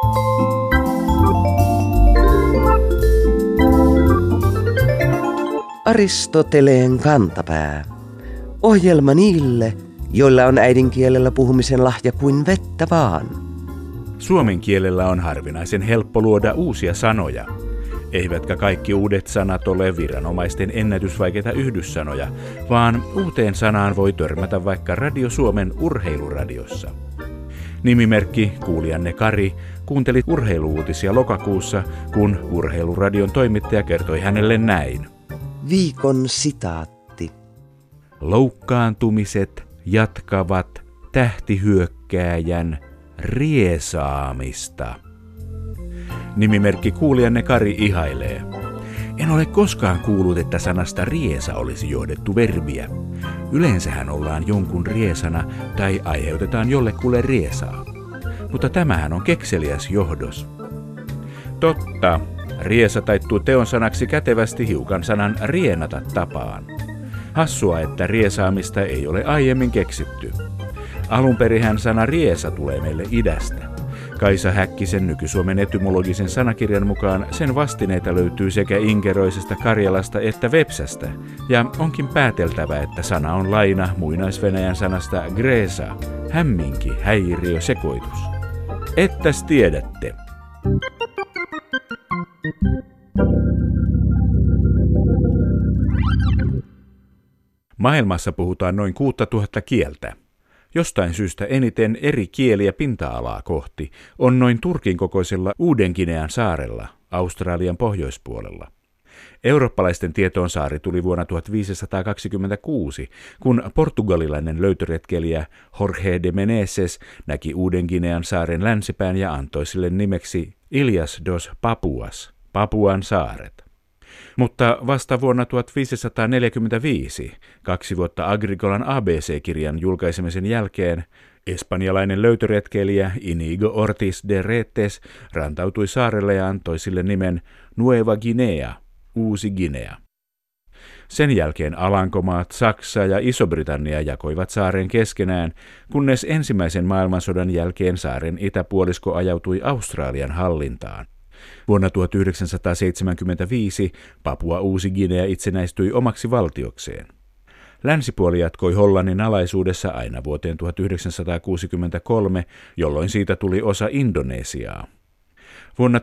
Aristoteleen kantapää. Ohjelma niille, joilla on äidinkielellä puhumisen lahja kuin vettä vaan. Suomen kielellä on harvinaisen helppo luoda uusia sanoja. Eivätkä kaikki uudet sanat ole viranomaisten ennätysvaikeita yhdyssanoja, vaan uuteen sanaan voi törmätä vaikka Radio Suomen urheiluradiossa. Nimimerkki kuulijanne Kari kuunteli urheiluuutisia lokakuussa, kun urheiluradion toimittaja kertoi hänelle näin. Viikon sitaatti. Loukkaantumiset jatkavat tähtihyökkääjän riesaamista. Nimimerkki kuulijanne Kari ihailee. En ole koskaan kuullut, että sanasta riesa olisi johdettu verbiä. Yleensähän ollaan jonkun riesana tai aiheutetaan jollekulle riesaa. Mutta tämähän on kekseliäs johdos. Totta. Riesa taittuu teon sanaksi kätevästi hiukan sanan rienata tapaan. Hassua, että riesaamista ei ole aiemmin keksitty. Alunperinhän sana riesa tulee meille idästä. Kaisa Häkkisen Nyky-Suomen etymologisen sanakirjan mukaan sen vastineita löytyy sekä inkeroisesta Karjalasta että Vepsästä, ja onkin pääteltävä, että sana on laina muinaisvenäjän sanasta gresa, hämminki, häiriö, sekoitus. Ettäs tiedätte. Maailmassa puhutaan noin 6000 kieltä. Jostain syystä eniten eri kieliä pinta-alaa kohti on noin Turkin kokoisella Uuden-Ginean saarella, Australian pohjoispuolella. Eurooppalaisten tietoon saari tuli vuonna 1526, kun portugalilainen löytöretkeilijä Jorge de Menezes näki Uuden-Ginean saaren länsipään ja antoi sille nimeksi Ilhas dos Papuas, Papuan saaret. Mutta vasta vuonna 1545, 2 vuotta Agricolan ABC-kirjan julkaisemisen jälkeen, espanjalainen löytöretkeilijä Inigo Ortiz de Retes rantautui saarelle ja antoi sille nimen Nueva Guinea, Uusi Guinea. Sen jälkeen Alankomaat, Saksa ja Iso-Britannia jakoivat saaren keskenään, kunnes ensimmäisen maailmansodan jälkeen saaren itäpuolisko ajautui Australian hallintaan. Vuonna 1975 Papua Uusi Guinea itsenäistyi omaksi valtiokseen. Länsipuoli jatkoi Hollannin alaisuudessa aina vuoteen 1963, jolloin siitä tuli osa Indonesiaa. Vuonna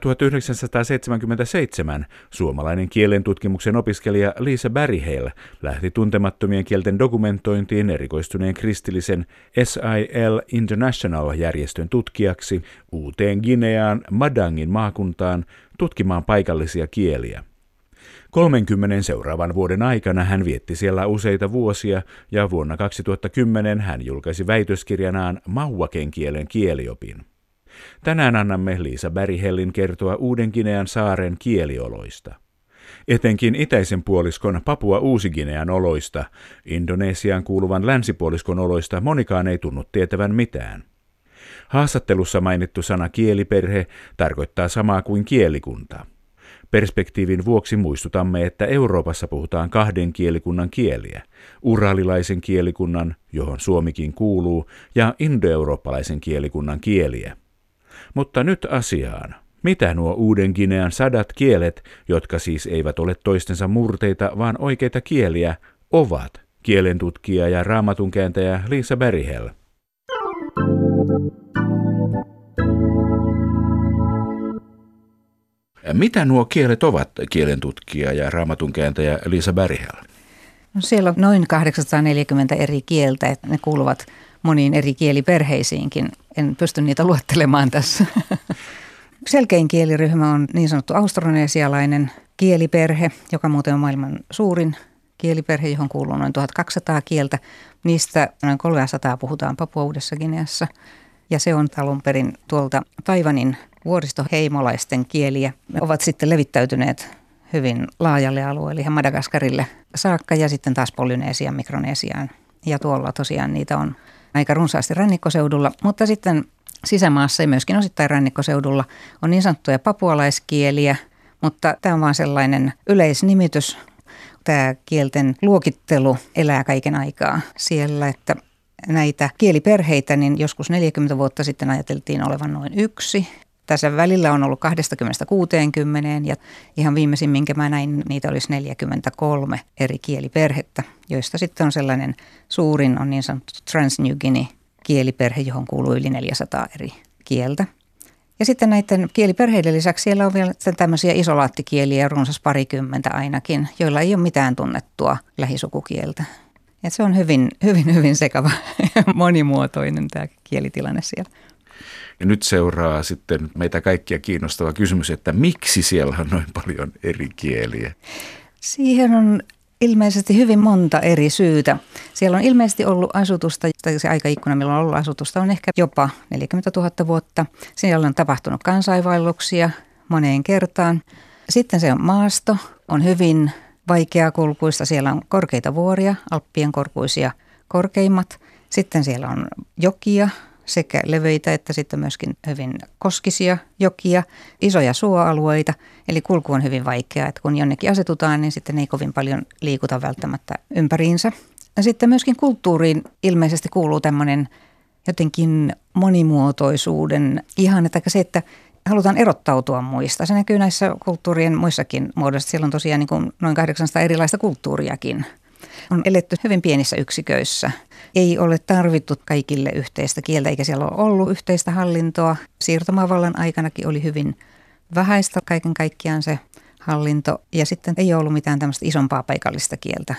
1977 suomalainen kielentutkimuksen opiskelija Lisa Berryhill lähti tuntemattomien kielten dokumentointiin erikoistuneen kristillisen SIL International-järjestön tutkijaksi Uuteen Gineaan Madangin maakuntaan tutkimaan paikallisia kieliä. 30 seuraavan vuoden aikana hän vietti siellä useita vuosia ja vuonna 2010 hän julkaisi väitöskirjanaan Mauaken kielen kieliopin. Tänään annamme Lisa Berryhillin kertoa Uuden-Ginean saaren kielioloista. Etenkin itäisen puoliskon Papua Uusi-Ginean oloista, Indonesiaan kuuluvan länsipuoliskon oloista monikaan ei tunnu tietävän mitään. Haastattelussa mainittu sana kieliperhe tarkoittaa samaa kuin kielikunta. Perspektiivin vuoksi muistutamme, että Euroopassa puhutaan 2 kielikunnan kieliä, uralilaisen kielikunnan, johon Suomikin kuuluu, ja indoeurooppalaisen kielikunnan kieliä. Mutta nyt asiaan. Mitä nuo Uuden-Ginean 100 kielet, jotka siis eivät ole toistensa murteita, vaan oikeita kieliä, ovat? Kielentutkija ja raamatunkääntäjä Lisa Berryhill. Mitä nuo kielet ovat, kielentutkija ja raamatunkääntäjä Lisa Berryhill? No siellä on noin 840 eri kieltä, että ne kuuluvat moniin eri kieliperheisiinkin. En pysty niitä luettelemaan tässä. Selkein kieliryhmä on niin sanottu austronesialainen kieliperhe, joka muuten on maailman suurin kieliperhe, johon kuuluu noin 1200 kieltä. Niistä noin 300 puhutaan Papua Uudessa Gineassa. Ja se on alun perin tuolta Taiwanin vuoristoheimolaisten kieliä. Ne ovat sitten levittäytyneet hyvin laajalle alueelle, ihan Madagaskarille saakka ja sitten taas Polynesiaan, Mikronesiaan. Ja tuolla tosiaan niitä on aika runsaasti rannikkoseudulla, mutta sitten sisämaassa ja myöskin osittain rannikkoseudulla on niin sanottuja papualaiskieliä, mutta tämä on vaan sellainen yleisnimitys. Tämä kielten luokittelu elää kaiken aikaa siellä, että näitä kieliperheitä niin joskus 40 vuotta sitten ajateltiin olevan noin 1. Tässä välillä on ollut 20–60 ja ihan viimeisin, minkä mä näin, niitä olisi 43 eri kieliperhettä, joista sitten on sellainen suurin on niin sanottu Trans-New Guinea kieliperhe, johon kuuluu yli 400 eri kieltä. Ja sitten näiden kieliperheiden lisäksi siellä on vielä tämmöisiä isolaattikieliä, runsas parikymmentä ainakin, joilla ei ole mitään tunnettua lähisukukieltä. Et se on hyvin sekava ja monimuotoinen tämä kielitilanne siellä. Ja nyt seuraa sitten meitä kaikkia kiinnostava kysymys, että miksi siellä on noin paljon eri kieliä? Siihen on ilmeisesti hyvin monta eri syytä. Siellä on ilmeisesti ollut asutusta, tai se aikaikkuna, milloin on ollut asutusta, on ehkä jopa 40 000 vuotta. Siellä on tapahtunut kansainvaelluksia moneen kertaan. Sitten se on maasto, on hyvin vaikeakulkuista. Siellä on korkeita vuoria, Alppien korkuisia korkeimmat. Sitten siellä on jokia, sekä leveitä että sitten myöskin hyvin koskisia jokia, isoja suoalueita, eli kulku on hyvin vaikeaa, että kun jonnekin asetutaan, niin sitten ei kovin paljon liikuta välttämättä ympäriinsä. Ja sitten myöskin kulttuuriin ilmeisesti kuuluu tämmöinen jotenkin monimuotoisuuden ihanne, tai se, että halutaan erottautua muista. Se näkyy näissä kulttuurien muissakin muodoissa. Siellä on tosiaan niin kuin noin 800 erilaista kulttuuriakin. On eletty hyvin pienissä yksiköissä. Ei ole tarvittu kaikille yhteistä kieltä, eikä siellä ole ollut yhteistä hallintoa. Siirtomaavallan aikanakin oli hyvin vähäistä kaiken kaikkiaan se hallinto. Ja sitten ei ollut mitään tämmöistä isompaa paikallista kieltä.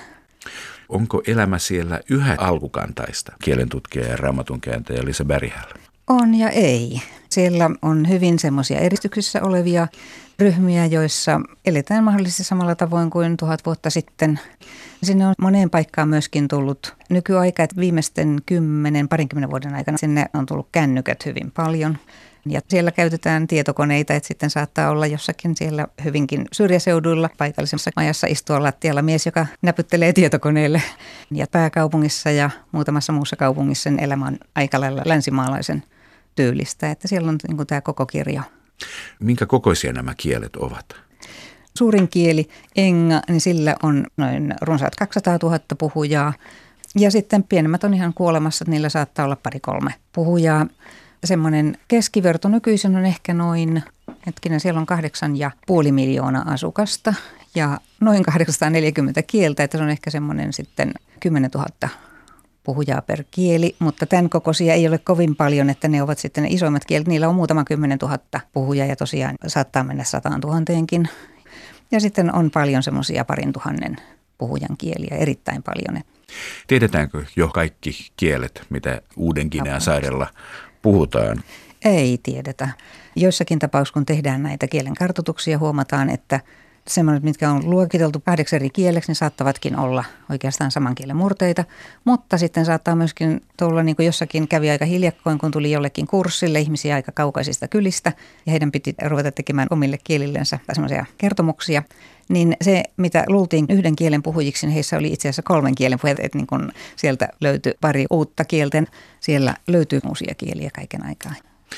Onko elämä siellä yhä alkukantaista? Kielentutkija ja raamatunkääntäjä Lisa Berghäll. On ja ei. Siellä on hyvin semmoisia eristyksissä olevia ryhmiä, joissa eletään mahdollisesti samalla tavoin kuin 1000 vuotta sitten. Sinne on moneen paikkaan myöskin tullut nykyaika, että viimeisten 10–20 vuoden aikana sinne on tullut kännykät hyvin paljon. Ja siellä käytetään tietokoneita, että sitten saattaa olla jossakin siellä hyvinkin syrjäseuduilla paikallisessa majassa istua lattialla mies, joka näpyttelee tietokoneelle. Ja pääkaupungissa ja muutamassa muussa kaupungissa elämä on aika lailla länsimaalaisen tyylistä, että siellä on niin kuin tämä koko kirjo. Minkä kokoisia nämä kielet ovat? Suurin kieli, enga, niin sillä on noin runsaat 200 000 puhujaa. Ja sitten pienemmät on ihan kuolemassa, että niillä saattaa olla 2–3 puhujaa. Semmoinen keskiverto nykyisin on ehkä noin, siellä on 8,5 miljoonaa asukasta ja noin 840 kieltä, että se on ehkä semmoinen sitten 10 000 puhujaa per kieli, mutta tämän kokoisia ei ole kovin paljon, että ne ovat sitten ne isoimmat kielet. Niillä on muutama 10 000 puhujaa ja tosiaan saattaa mennä 100 000:eenkin. Ja sitten on paljon semmoisia 2,000 puhujan kieliä, erittäin paljon. Tiedetäänkö jo kaikki kielet, mitä Uuden-Ginean saarella puhutaan? Ei tiedetä. Joissakin tapauksissa, kun tehdään näitä kielen kartoituksia, huomataan, että semmoiset, mitkä on luokiteltu 8 eri kieleksi, niin saattavatkin olla oikeastaan saman kielen murteita. Mutta sitten saattaa myöskin tulla, niin kuin jossakin kävi aika hiljakkoin, kun tuli jollekin kurssille ihmisiä aika kaukaisista kylistä, ja heidän piti ruveta tekemään omille kielillensä semmoisia kertomuksia. Niin se, mitä luultiin yhden kielen puhujiksi, niin heissä oli itse asiassa 3 kielen puhujat, että niin kun sieltä löytyi pari uutta kieltä. Siellä löytyy uusia kieliä kaiken aikaa.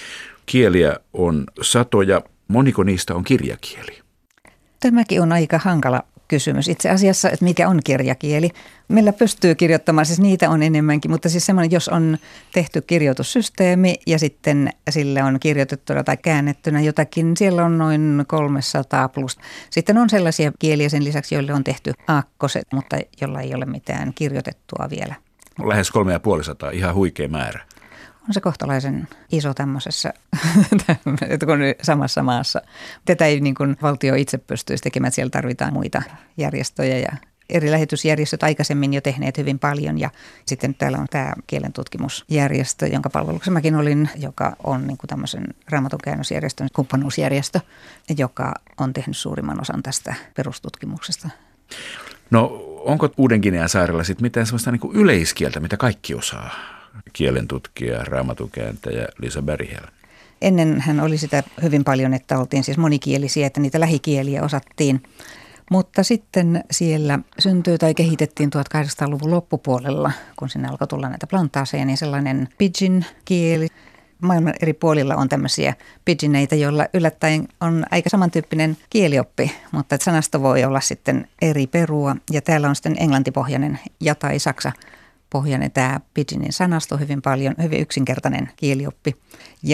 Kieliä on satoja. Moniko niistä on kirjakieli? Tämäkin on aika hankala kysymys itse asiassa, että mikä on kirjakieli. Meillä pystyy kirjoittamaan, siis niitä on enemmänkin, mutta siis semmoinen, jos on tehty kirjoitussysteemi ja sitten sille on kirjoitettuna tai käännettynä jotakin, siellä on noin 300 plus. Sitten on sellaisia kieliä sen lisäksi, joille on tehty aakkoset, mutta jolla ei ole mitään kirjoitettua vielä. Lähes 350, ihan huikea määrä. On se kohtalaisen iso tämmöisessä kun samassa maassa. Tätä ei niin kuin valtio itse pystyisi tekemään, siellä tarvitaan muita järjestöjä ja eri lähetysjärjestöt aikaisemmin jo tehneet hyvin paljon. Ja sitten täällä on tämä kielentutkimusjärjestö, jonka palveluksessa mäkin olin, joka on niin kuin tämmöisen Raamatun käännösjärjestön kumppanuusjärjestö, joka on tehnyt suurimman osan tästä perustutkimuksesta. No onko Uuden-Ginean saarella sitten mitään sellaista niin kuin yleiskieltä, mitä kaikki osaa? Kielentutkija, raamatunkääntäjä Lisa Berghäll. Ennen hän oli sitä hyvin paljon, että oltiin siis monikielisiä, että niitä lähikieliä osattiin. Mutta sitten siellä syntyi tai kehitettiin 1800-luvun loppupuolella, kun sinne alkoi tulla näitä plantaaseja, niin sellainen pidgin-kieli. Maailman eri puolilla on tämmöisiä pidgineitä, joilla yllättäen on aika samantyyppinen kielioppi, mutta että sanasto voi olla sitten eri perua. Ja täällä on sitten englantipohjainen ja tai saksapohjainen tämä pidginin sanasto hyvin paljon, hyvin yksinkertainen kielioppi. Ja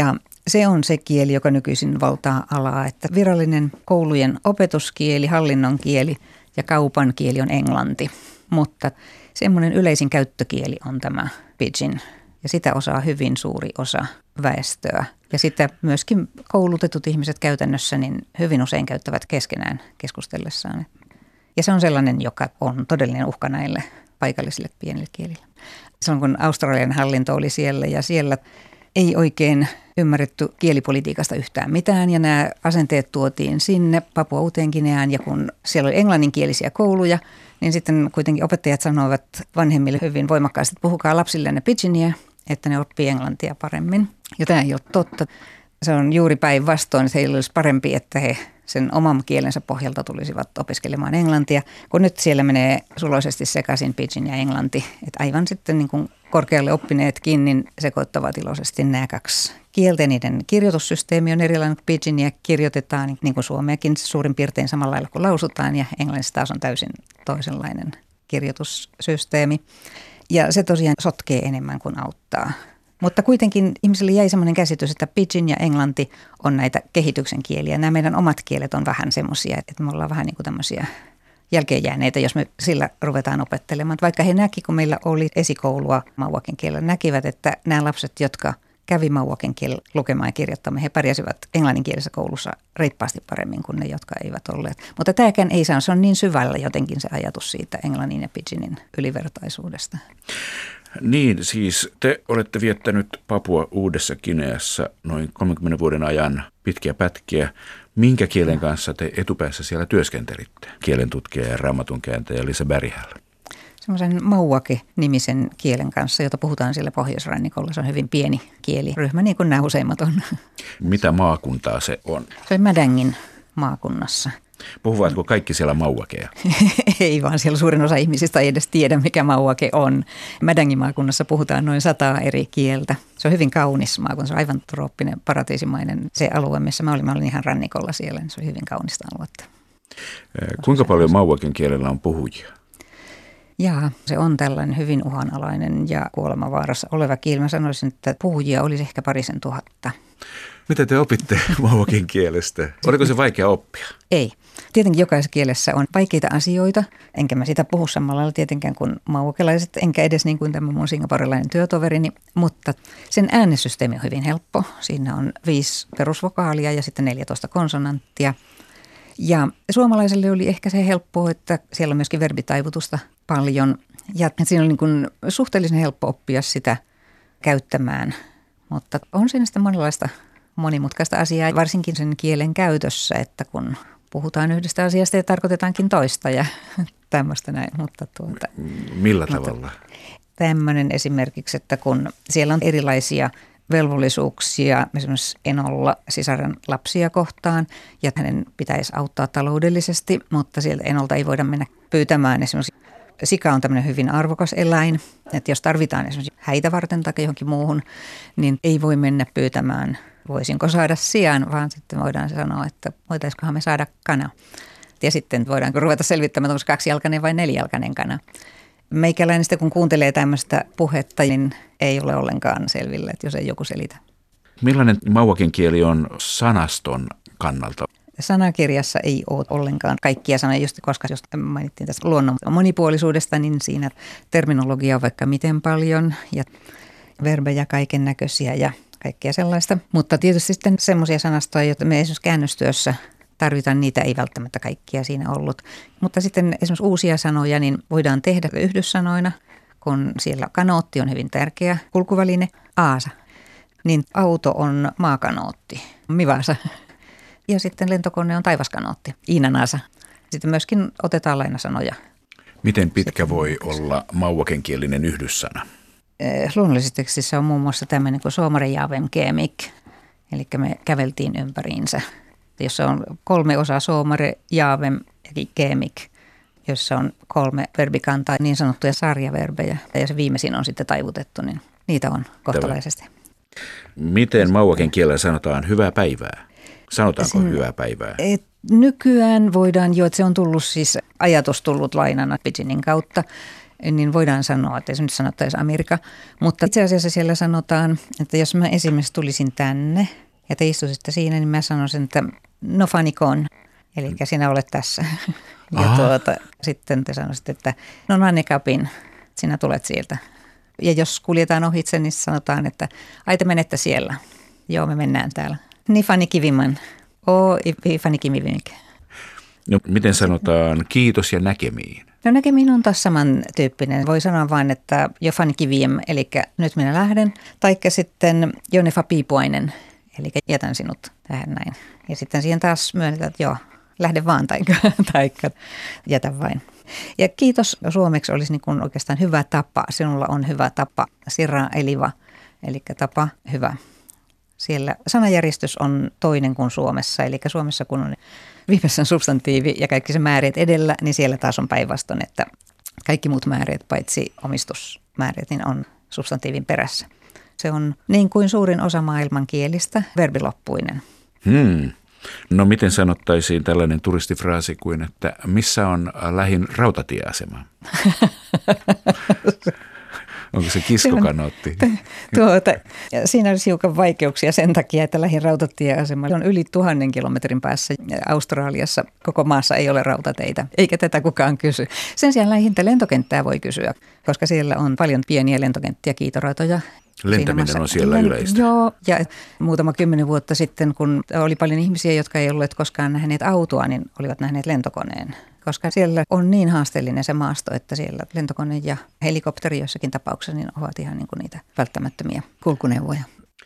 Se on se kieli, joka nykyisin valtaa alaa, että virallinen koulujen opetuskieli, hallinnon kieli ja kaupan kieli on englanti, mutta semmoinen yleisin käyttökieli on tämä pidgin ja sitä osaa hyvin suuri osa väestöä. Ja sitä myöskin koulutetut ihmiset käytännössä niin hyvin usein käyttävät keskenään keskustellessaan. Ja se on sellainen, joka on todellinen uhka näille paikallisille pienille kielille. Silloin kun Australian hallinto oli siellä ja siellä ei oikein ymmärretty kielipolitiikasta yhtään mitään ja nämä asenteet tuotiin sinne Papua Uuteen-Gineaan ja kun siellä oli englanninkielisiä kouluja, niin sitten kuitenkin opettajat sanoivat vanhemmille hyvin voimakkaasti, että puhukaa lapsillenne pidginia, että ne oppii englantia paremmin. Ja tämä ei ole totta. Se on juuri päinvastoin, että heillä olisi parempi, että he sen oman kielensä pohjalta tulisivat opiskelemaan englantia, kun nyt siellä menee suloisesti sekaisin pidgin ja englanti. Että aivan sitten niin kuin korkealle oppineetkin, niin sekoittavat iloisesti nämä kaksi kieltä. Niiden kirjoitussysteemi on erilainen, kun pidginia kirjoitetaan, niin kuin suomeakin suurin piirtein samalla lailla kuin lausutaan, ja englannissa taas on täysin toisenlainen kirjoitussysteemi. Ja se tosiaan sotkee enemmän kuin auttaa. Mutta kuitenkin ihmisille jäi sellainen käsitys, että pidgin ja englanti on näitä kehityksen kieliä. Nämä meidän omat kielet on vähän semmoisia, että me ollaan vähän niin kuin tämmöisiä jälkeenjääneitä, jos me sillä ruvetaan opettelemaan. Vaikka he näki, kun meillä oli esikoulua mauaken kielellä, näkivät, että nämä lapset, jotka kävi mauaken kielellä lukemaan ja kirjoittamaan, he pärjäsivät englanninkielisessä koulussa reippaasti paremmin kuin ne, jotka eivät olleet. Mutta tämäkään ei saa, se on niin syvällä jotenkin se ajatus siitä englannin ja pidginin ylivertaisuudesta. Niin, siis te olette viettänyt Papua Uudessa Gineassa noin 30 vuoden ajan pitkiä pätkiä. Minkä kielen kanssa te etupäässä siellä työskentelitte? Kielentutkija ja raamatun-kääntäjä Lisa Berihäl. Semmoisen mauake-nimisen kielen kanssa, jota puhutaan siellä pohjoisrannikolla. Se on hyvin pieni kieliryhmä, niin kuin nämä useimmat on. Mitä maakuntaa se on? Se on Madangin maakunnassa. Puhuvatko kaikki siellä mauakea? Ei vaan, siellä suurin osa ihmisistä ei edes tiedä, mikä mauake on. Madangin maakunnassa puhutaan noin 100 eri kieltä. Se on hyvin kaunis maakunta, se on aivan trooppinen, paratiisimainen se alue, missä mä olin ihan rannikolla siellä, niin se oli hyvin kaunista aluetta. Kuinka paljon mauaken kielellä on puhujia? Jaa, se on tällainen hyvin uhanalainen ja kuolemavaarassa oleva kieli. Mä sanoisin, että puhujia olisi ehkä 2,000. Mitä te opitte mauaken kielestä? Oliko se vaikea oppia? Ei. Tietenkin jokaisessa kielessä on vaikeita asioita, enkä mä sitä puhu samalla lailla tietenkään kuin mauakelaiset, enkä edes niin kuin tämä mun singaporelainen työtoverini, mutta sen äänesysteemi on hyvin helppo. Siinä on 5 perusvokaalia ja sitten 14 konsonanttia. Ja suomalaiselle oli ehkä se helppoa, että siellä on myöskin verbitaivutusta paljon ja siinä on niin kuin suhteellisen helppo oppia sitä käyttämään, mutta on siinä sitten monenlaista monimutkaista asiaa, varsinkin sen kielen käytössä, että kun puhutaan yhdestä asiasta ja tarkoitetaankin toista ja tämmöistä näin. Mutta millä tavalla? Tämmöinen esimerkiksi, että kun siellä on erilaisia velvollisuuksia esimerkiksi enolla sisaren lapsia kohtaan ja hänen pitäisi auttaa taloudellisesti, mutta sieltä enolta ei voida mennä pyytämään. Esimerkiksi sika on tämmöinen hyvin arvokas eläin, että jos tarvitaan esimerkiksi häitä varten tai johonkin muuhun, niin ei voi mennä pyytämään, voisinko saada sian, vaan sitten voidaan sanoa, että voitaisikohan me saada kana. Ja sitten voidaan ruveta selvittämään, onko 2-jalkainen vai 4-jalkainen kana. Meikäläinen sitten kun kuuntelee tämmöistä puhetta, niin ei ole ollenkaan selvillä, että jos ei joku selitä. Millainen mauaken kieli on sanaston kannalta? Sanakirjassa ei ole ollenkaan kaikkia sanoja, just koska jos mainittiin tästä luonnon monipuolisuudesta, niin siinä terminologia on vaikka miten paljon ja verbejä kaiken näköisiä ja kaikkea sellaista. Mutta tietysti sitten semmoisia sanastoja, joita me esimerkiksi käännöstyössä tarvitaan, niitä ei välttämättä kaikkia siinä ollut. Mutta sitten esimerkiksi uusia sanoja niin voidaan tehdä yhdyssanoina, kun siellä kanootti on hyvin tärkeä kulkuväline, aasa. Niin auto on maakanootti, mivasa. Ja sitten lentokone on taivaskanootti, iinanaasa. Sitten myöskin otetaan lainasanoja. Miten pitkä voi olla mauakenkielinen yhdyssana? Luonnollisessa tekstissä on muun muassa tämmöinen kuin soomare jaavem keemik, eli me käveltiin ympäriinsä. Jossa on 3 osaa soomare, jaavem ja keemik, jossa on 3 verbikantaa, niin sanottuja sarjaverbejä. Ja se viimeisin on sitten taivutettu, niin niitä on kohtalaisesti. Miten mauaken kielellä sanotaan hyvää päivää? Sanotaanko hyvää päivää? Nykyään voidaan jo, että se on tullut siis ajatus tullut lainana pidginin kautta, niin voidaan sanoa, että se nyt sanottaisiin Amerika. Mutta itse asiassa siellä sanotaan, että jos mä esimerkiksi tulisin tänne ja te istuisitte siinä, niin mä sanoisin, että no fanikon, eli sinä olet tässä. Ja sitten te sanoisitte, että no nannekapin, sinä tulet sieltä. Ja jos kuljetaan ohitse, niin sanotaan, että ai te menette siellä. Joo, me mennään täällä. Niin fani kiviman. Fani kivivinik. No, miten sanotaan kiitos ja näkemiin? No näkemiin on taas samantyyppinen. Voi sanoa vain, että jo fani kiviem, eli nyt minä lähden. Taikka sitten jonefa piipuainen, eli jätän sinut tähän näin. Ja sitten siihen taas myönnetään, että joo, lähde vaan taikka jätä vain. Ja kiitos suomeksi olisi niin kuin oikeastaan hyvä tapa. Sinulla on hyvä tapa. Sirra eliva, eli tapa hyvä. Siellä sanajärjestys on toinen kuin Suomessa. Eli Suomessa kun on viimeisen substantiivi ja kaikki se määreet edellä, niin siellä taas on päinvastoin, että kaikki muut määreet paitsi omistusmääreet niin on substantiivin perässä. Se on niin kuin suurin osa maailman kielistä verbiloppuinen. No miten sanottaisiin tällainen turistifraasi kuin, että missä on lähin rautatieasema? Onko se kiskokanootti? Siinä olisi hiukan vaikeuksia sen takia, että lähin rautatieasema on yli 1000 kilometrin päässä. Australiassa koko maassa ei ole rautateitä, eikä tätä kukaan kysy. Sen sijaan lähintä lentokenttää voi kysyä, koska siellä on paljon pieniä lentokenttiä, kiitoratoja. Lentäminen on siellä yleistä. Joo, ja muutama 10 vuotta sitten, kun oli paljon ihmisiä, jotka ei olleet koskaan nähneet autoa, niin olivat nähneet lentokoneen. Koska siellä on niin haasteellinen se maasto, että siellä lentokone ja helikopteri jossakin tapauksessa niin ovat ihan niin kuin niitä välttämättömiä kulkuneuvoja.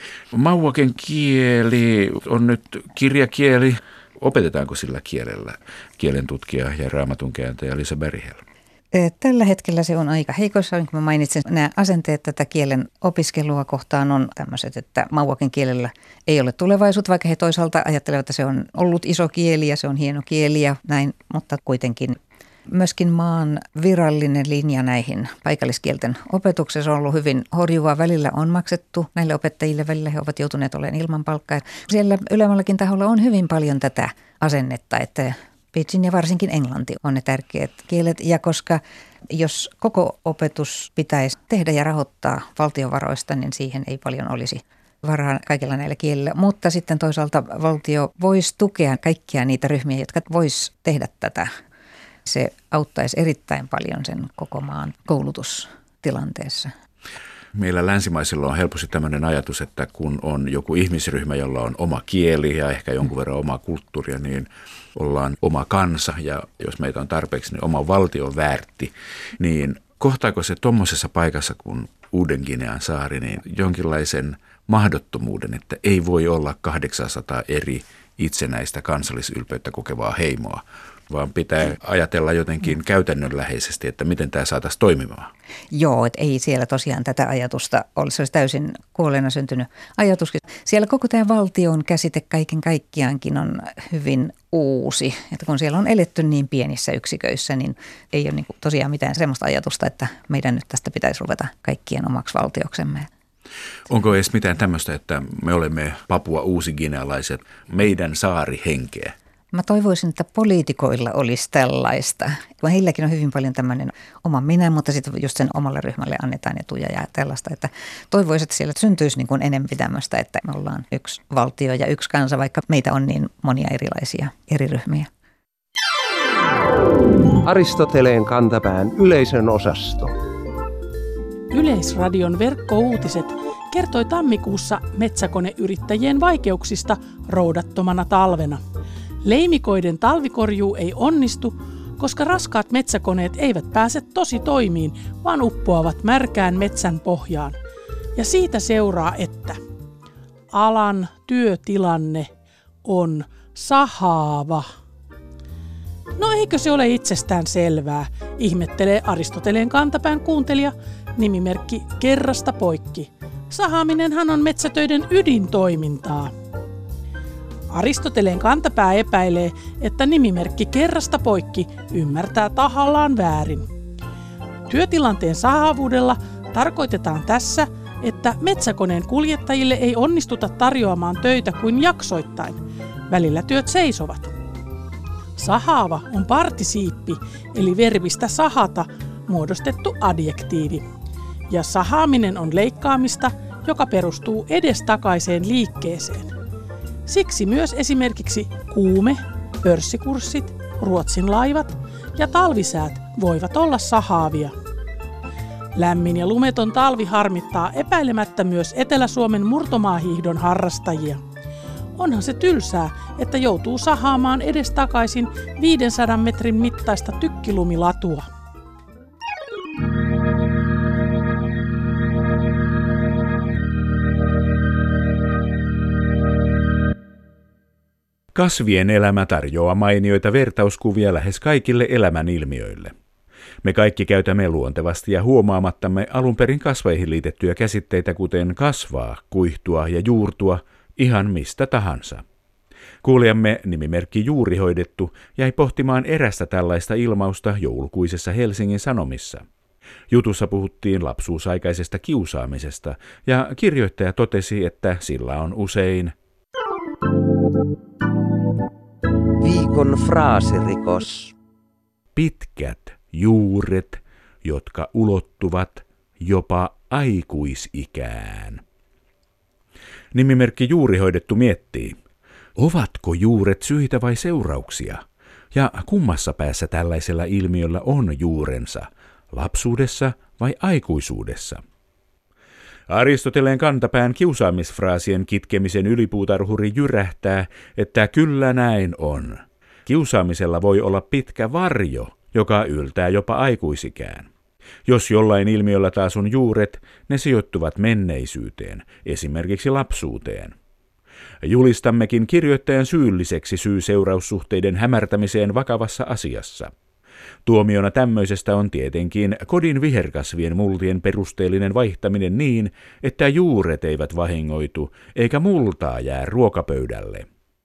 Mauaken kieli on nyt kirjakieli. Opetetaanko sillä kielellä kielentutkija ja raamatunkääntäjä Liisa Berghel? Tällä hetkellä se on aika heikossa, niin kuin mä mainitsin, nämä asenteet tätä kielen opiskelua kohtaan on tämmöiset, että mauaken kielellä ei ole tulevaisuutta, vaikka he toisaalta ajattelevat, että se on ollut iso kieli ja se on hieno kieli ja näin, mutta kuitenkin myöskin maan virallinen linja näihin paikalliskielten opetuksessa on ollut hyvin horjuvaa. Välillä on maksettu näille opettajille, välillä he ovat joutuneet olemaan ilman palkkaa. Siellä ylemmälläkin taholla on hyvin paljon tätä asennetta, että pidgin ja varsinkin englanti on ne tärkeät kielet. Ja koska jos koko opetus pitäisi tehdä ja rahoittaa valtiovaroista, niin siihen ei paljon olisi varaa kaikilla näillä kielillä. Mutta sitten toisaalta valtio voisi tukea kaikkia niitä ryhmiä, jotka vois tehdä tätä. Se auttaisi erittäin paljon sen koko maan koulutustilanteessa. Meillä länsimaisilla on helposti tämmöinen ajatus, että kun on joku ihmisryhmä, jolla on oma kieli ja ehkä jonkun verran omaa kulttuuria, niin ollaan oma kansa ja jos meitä on tarpeeksi, niin oma valtio väärti. Niin kohtaako se tuommoisessa paikassa kuin Uuden-Ginean saari, niin jonkinlaisen mahdottomuuden, että ei voi olla 800 eri itsenäistä kansallisylpeyttä kokevaa heimoa, vaan pitää ajatella jotenkin käytännönläheisesti, että miten tämä saataisiin toimimaan. Joo, että ei siellä tosiaan tätä ajatusta ole. Se olisi täysin kuolleena syntynyt ajatus. Siellä koko tämä valtion käsite kaiken kaikkiaankin on hyvin uusi. Että kun siellä on eletty niin pienissä yksiköissä, niin ei ole niin kuin tosiaan mitään sellaista ajatusta, että meidän nyt tästä pitäisi ruveta kaikkien omaksi valtioksemme. Onko edes mitään tämmöistä, että me olemme Papua uusiginealaiset, meidän saarihenkeä? Mä toivoisin, että poliitikoilla olisi tällaista. Heilläkin on hyvin paljon tämmöinen oma minä, mutta sitten just sen omalle ryhmälle annetaan etuja ja tällaista. Että toivoisin, että siellä syntyisi niin kuin enemmän tämmöistä, että me ollaan yksi valtio ja yksi kansa, vaikka meitä on niin monia erilaisia eri ryhmiä. Aristoteleen kantapään yleisön osasto. Yleisradion verkkouutiset kertoi tammikuussa metsäkoneyrittäjien vaikeuksista roudattomana talvena. Leimikoiden talvikorjuu ei onnistu, koska raskaat metsäkoneet eivät pääse tosi toimiin, vaan uppoavat märkään metsän pohjaan. Ja siitä seuraa, että alan työtilanne on sahaava. No eikö se ole itsestään selvää, ihmettelee Aristoteleen kantapään kuuntelija, nimimerkki Kerrasta poikki. Sahaaminenhan on metsätöiden ydintoimintaa. Aristoteleen kantapää epäilee, että nimimerkki Kerrasta poikki ymmärtää tahallaan väärin. Työtilanteen sahaavuudella tarkoitetaan tässä, että metsäkoneen kuljettajille ei onnistuta tarjoamaan töitä kuin jaksoittain. Välillä työt seisovat. Sahaava on partisiippi, eli verbistä sahata muodostettu adjektiivi. Ja sahaaminen on leikkaamista, joka perustuu edestakaiseen liikkeeseen. Siksi myös esimerkiksi kuume, pörssikurssit, Ruotsin laivat ja talvisäät voivat olla sahaavia. Lämmin ja lumeton talvi harmittaa epäilemättä myös Etelä-Suomen murtomaahiihdon harrastajia. Onhan se tylsää, että joutuu sahaamaan edestakaisin 500 metrin mittaista tykkilumilatua. Kasvien elämä tarjoaa mainioita vertauskuvia lähes kaikille elämän ilmiöille. Me kaikki käytämme luontevasti ja huomaamattamme alun perin kasveihin liitettyjä käsitteitä kuten kasvaa, kuihtua ja juurtua ihan mistä tahansa. Kuulijamme nimimerkki Juurihoidettu jäi pohtimaan erästä tällaista ilmausta joulukuisessa Helsingin Sanomissa. Jutussa puhuttiin lapsuusaikaisesta kiusaamisesta ja kirjoittaja totesi, että sillä on usein Viikon fraasirikos. pitkät juuret, jotka ulottuvat jopa aikuisikään. Nimimerkki Juurihoidettu miettii, ovatko juuret syitä vai seurauksia? Ja kummassa päässä tällaisella ilmiöllä on juurensa, lapsuudessa vai aikuisuudessa? Aristoteleen kantapään kiusaamisfraasien kitkemisen ylipuutarhuri jyrähtää, että kyllä näin on. Kiusaamisella voi olla pitkä varjo, joka yltää jopa aikuisikään. Jos jollain ilmiöllä taas on juuret, ne sijoittuvat menneisyyteen, esimerkiksi lapsuuteen. Julistammekin kirjoittajan syylliseksi syy-seuraussuhteiden hämärtämiseen vakavassa asiassa. Tuomiona tämmöisestä on tietenkin kodin viherkasvien multien perusteellinen vaihtaminen niin, että juuret eivät vahingoitu eikä multaa jää ruokapöydälle.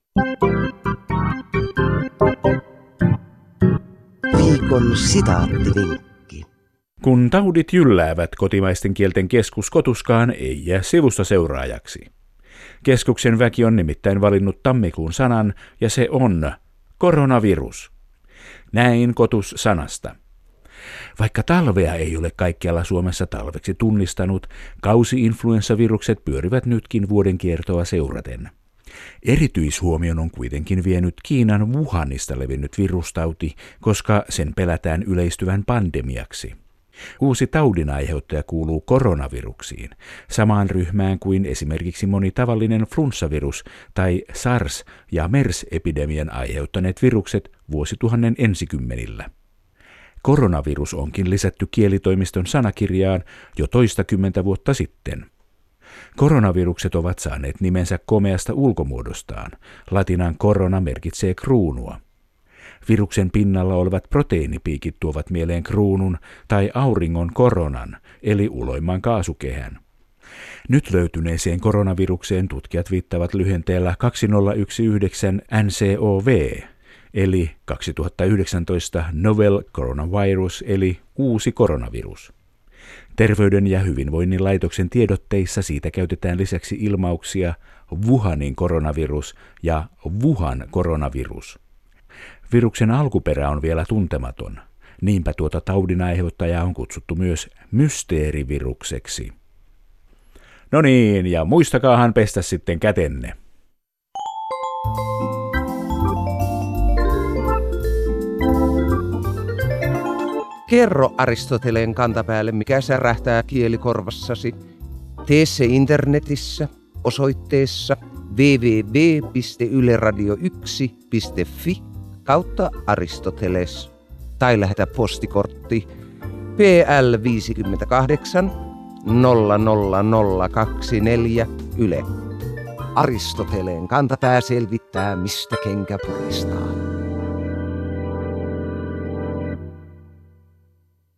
Viikon sitaattivinkki. Kun taudit jylläävät, kotimaisten kielten keskus Kotuskaan ei jää sivusta seuraajaksi. Keskuksen väki on nimittäin valinnut tammikuun sanan, ja se on koronavirus. Näin Kotus sanasta. Vaikka talvea ei ole kaikkialla Suomessa talveksi tunnistanut, kausi-influenssavirukset pyörivät nytkin vuoden kiertoa seuraten. Erityishuomion on kuitenkin vienyt Kiinan Wuhanista levinnyt virustauti, koska sen pelätään yleistyvän pandemiaksi. Uusi taudinaiheuttaja kuuluu koronaviruksiin, samaan ryhmään kuin esimerkiksi moni tavallinen flunssavirus tai SARS- ja MERS-epidemian aiheuttaneet virukset vuosituhannen ensikymmenillä. Koronavirus onkin lisätty kielitoimiston sanakirjaan jo toistakymmentä vuotta sitten. Koronavirukset ovat saaneet nimensä komeasta ulkomuodostaan. Latinan korona merkitsee kruunua. Viruksen pinnalla olevat proteiinipiikit tuovat mieleen kruunun tai auringon koronan, eli uloimman kaasukehän. Nyt löytyneeseen koronavirukseen tutkijat viittavat lyhenteellä 2019 NCOV, eli 2019 Novel Coronavirus, eli uusi koronavirus. Terveyden ja hyvinvoinnin laitoksen tiedotteissa siitä käytetään lisäksi ilmauksia Wuhanin koronavirus ja Wuhan koronavirus. Viruksen alkuperä on vielä tuntematon. Niinpä tuota taudin aiheuttajaa on kutsuttu myös mysteerivirukseksi. No niin, ja muistakaahan pestä sitten kätenne. Kerro Aristoteleen kantapäälle, mikä särähtää kielikorvassasi. Tee se internetissä osoitteessa www.yleradio1.fi/Aristoteles tai lähetä postikortti PL 58 00024 Yle. Aristoteleen kantapää selvittää, mistä kenkä puristaa.